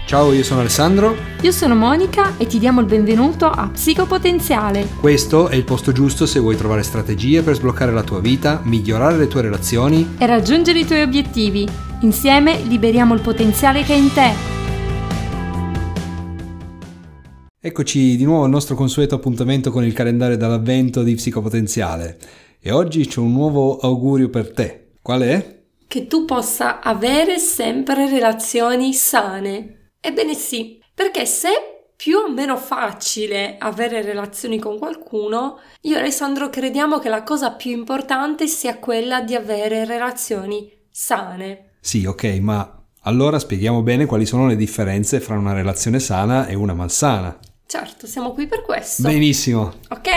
Ciao, io sono Alessandro. Io sono Monica e ti diamo il benvenuto a Psicopotenziale. Questo è il posto giusto se vuoi trovare strategie per sbloccare la tua vita, migliorare le tue relazioni e raggiungere i tuoi obiettivi. Insieme liberiamo il potenziale che è in te. Eccoci di nuovo al nostro consueto appuntamento con il calendario dall'avvento di Psicopotenziale. E oggi c'è un nuovo augurio per te. Qual è? Che tu possa avere sempre relazioni sane. Ebbene sì, perché se è più o meno facile avere relazioni con qualcuno, io e Alessandro crediamo che la cosa più importante sia quella di avere relazioni sane. Sì, ok, ma allora spieghiamo bene quali sono le differenze fra una relazione sana e una malsana. Certo, siamo qui per questo. Benissimo.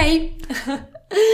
Ok?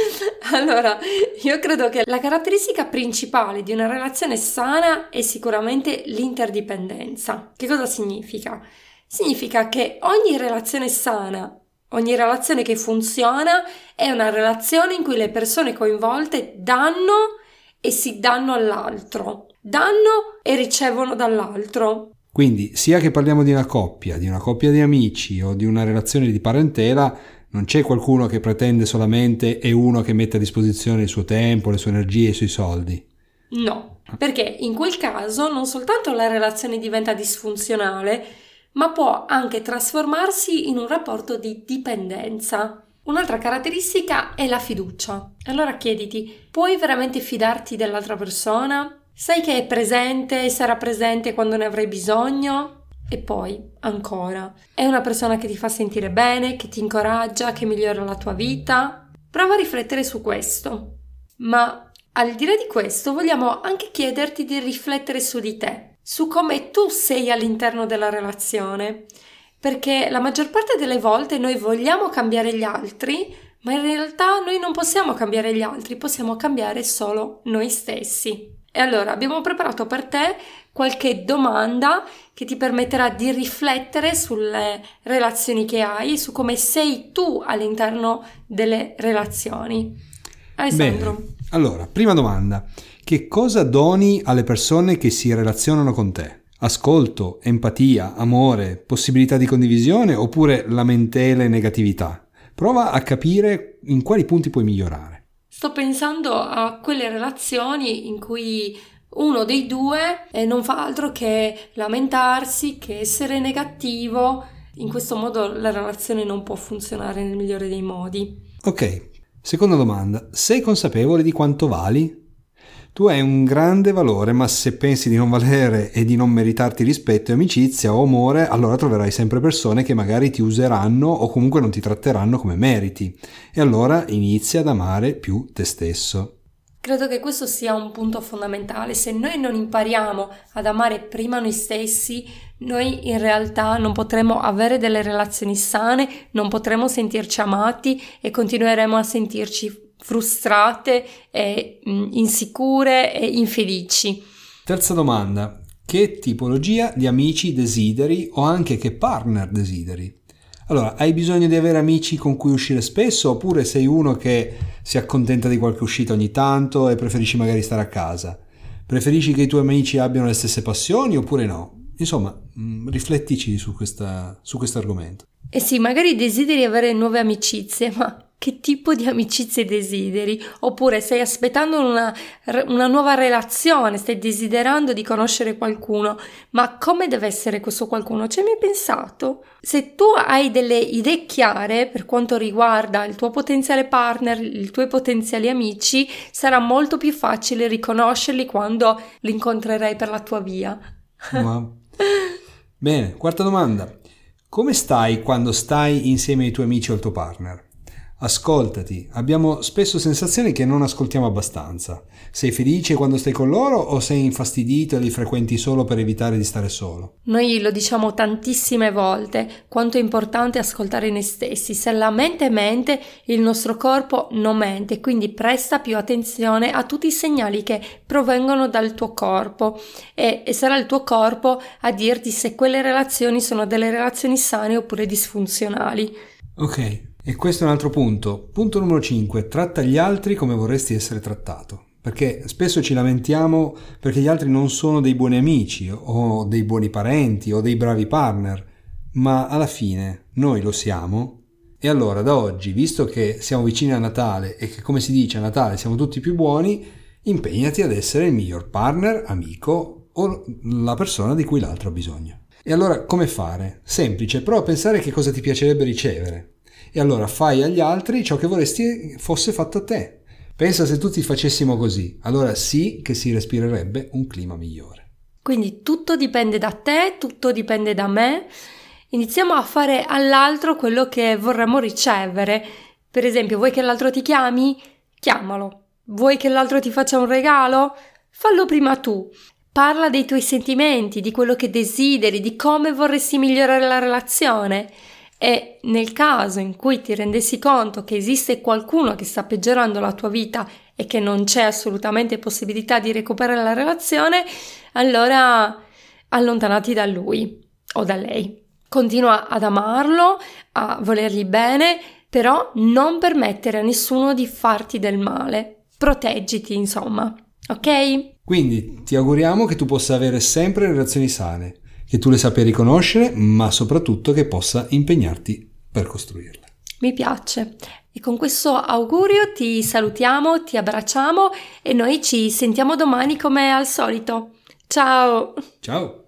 Allora, io credo che la caratteristica principale di una relazione sana è sicuramente l'interdipendenza. Che cosa significa? Significa che ogni relazione sana, ogni relazione che funziona è una relazione in cui le persone coinvolte danno e si danno all'altro, danno e ricevono dall'altro. Quindi, sia che parliamo di una coppia di amici o di una relazione di parentela, non c'è qualcuno che pretende solamente e uno che mette a disposizione il suo tempo, le sue energie e i suoi soldi. No, perché in quel caso non soltanto la relazione diventa disfunzionale, ma può anche trasformarsi in un rapporto di dipendenza. Un'altra caratteristica è la fiducia. Allora chiediti, puoi veramente fidarti dell'altra persona? Sai che è presente e sarà presente quando ne avrai bisogno? E poi, ancora, è una persona che ti fa sentire bene, che ti incoraggia, che migliora la tua vita? Prova a riflettere su questo. Ma al di là di questo, vogliamo anche chiederti di riflettere su di te, su come tu sei all'interno della relazione. Perché la maggior parte delle volte noi vogliamo cambiare gli altri, ma in realtà noi non possiamo cambiare gli altri, possiamo cambiare solo noi stessi. E allora abbiamo preparato per te qualche domanda che ti permetterà di riflettere sulle relazioni che hai e su come sei tu all'interno delle relazioni. Alessandro. Bene. Allora, prima domanda. Che cosa doni alle persone che si relazionano con te? Ascolto, empatia, amore, possibilità di condivisione oppure lamentele e negatività? Prova a capire in quali punti puoi migliorare. Sto pensando a quelle relazioni in cui uno dei due non fa altro che lamentarsi, che essere negativo. In questo modo la relazione non può funzionare nel migliore dei modi. Ok, seconda domanda. Sei consapevole di quanto vali? Tu hai un grande valore, ma se pensi di non valere e di non meritarti rispetto e amicizia o amore, allora troverai sempre persone che magari ti useranno o comunque non ti tratteranno come meriti. E allora inizia ad amare più te stesso. Credo che questo sia un punto fondamentale. Se noi non impariamo ad amare prima noi stessi, noi in realtà non potremo avere delle relazioni sane, non potremo sentirci amati e continueremo a sentirci frustrate e insicure e infelici. Terza domanda. Che tipologia di amici desideri o anche che partner desideri? Allora, hai bisogno di avere amici con cui uscire spesso oppure sei uno che si accontenta di qualche uscita ogni tanto e preferisci magari stare a casa? Preferisci che i tuoi amici abbiano le stesse passioni oppure no? Insomma, riflettici su questo argomento. Eh sì, magari desideri avere nuove amicizie, ma che tipo di amicizie desideri? Oppure stai aspettando una nuova relazione, stai desiderando di conoscere qualcuno, ma come deve essere questo qualcuno? Ci hai mai pensato? Se tu hai delle idee chiare per quanto riguarda il tuo potenziale partner, i tuoi potenziali amici, sarà molto più facile riconoscerli quando li incontrerai per la tua via. Bene, quarta domanda. Come stai quando stai insieme ai tuoi amici o al tuo partner? Ascoltati, abbiamo spesso sensazioni che non ascoltiamo abbastanza. Sei felice quando stai con loro o sei infastidito e li frequenti solo per evitare di stare solo? Noi lo diciamo tantissime volte, quanto è importante ascoltare noi stessi. Se la mente mente, il nostro corpo non mente, quindi presta più attenzione a tutti i segnali che provengono dal tuo corpo e sarà il tuo corpo a dirti se quelle relazioni sono delle relazioni sane oppure disfunzionali. Ok. E questo è un altro punto. Punto numero 5. Tratta gli altri come vorresti essere trattato. perché spesso ci lamentiamo perché gli altri non sono dei buoni amici o dei buoni parenti o dei bravi partner, ma alla fine noi lo siamo. E allora da oggi, visto che siamo vicini a Natale e che, come si dice, a Natale siamo tutti più buoni, impegnati ad essere il miglior partner, amico o la persona di cui l'altro ha bisogno. E allora come fare? Semplice, prova a pensare che cosa ti piacerebbe ricevere. E allora fai agli altri ciò che vorresti fosse fatto a te. Pensa se tutti facessimo così, allora sì che si respirerebbe un clima migliore. Quindi tutto dipende da te, tutto dipende da me. Iniziamo a fare all'altro quello che vorremmo ricevere. Per esempio, vuoi che l'altro ti chiami? Chiamalo. Vuoi che l'altro ti faccia un regalo? Fallo prima tu. Parla dei tuoi sentimenti, di quello che desideri, di come vorresti migliorare la relazione. E nel caso in cui ti rendessi conto che esiste qualcuno che sta peggiorando la tua vita e che non c'è assolutamente possibilità di recuperare la relazione, allora allontanati da lui o da lei. Continua ad amarlo, a volergli bene, però non permettere a nessuno di farti del male. Proteggiti, insomma, ok? Quindi ti auguriamo che tu possa avere sempre relazioni sane, che tu le sappia riconoscere, ma soprattutto che possa impegnarti per costruirle. Mi piace. E con questo augurio ti salutiamo, ti abbracciamo e noi ci sentiamo domani come al solito. Ciao! Ciao!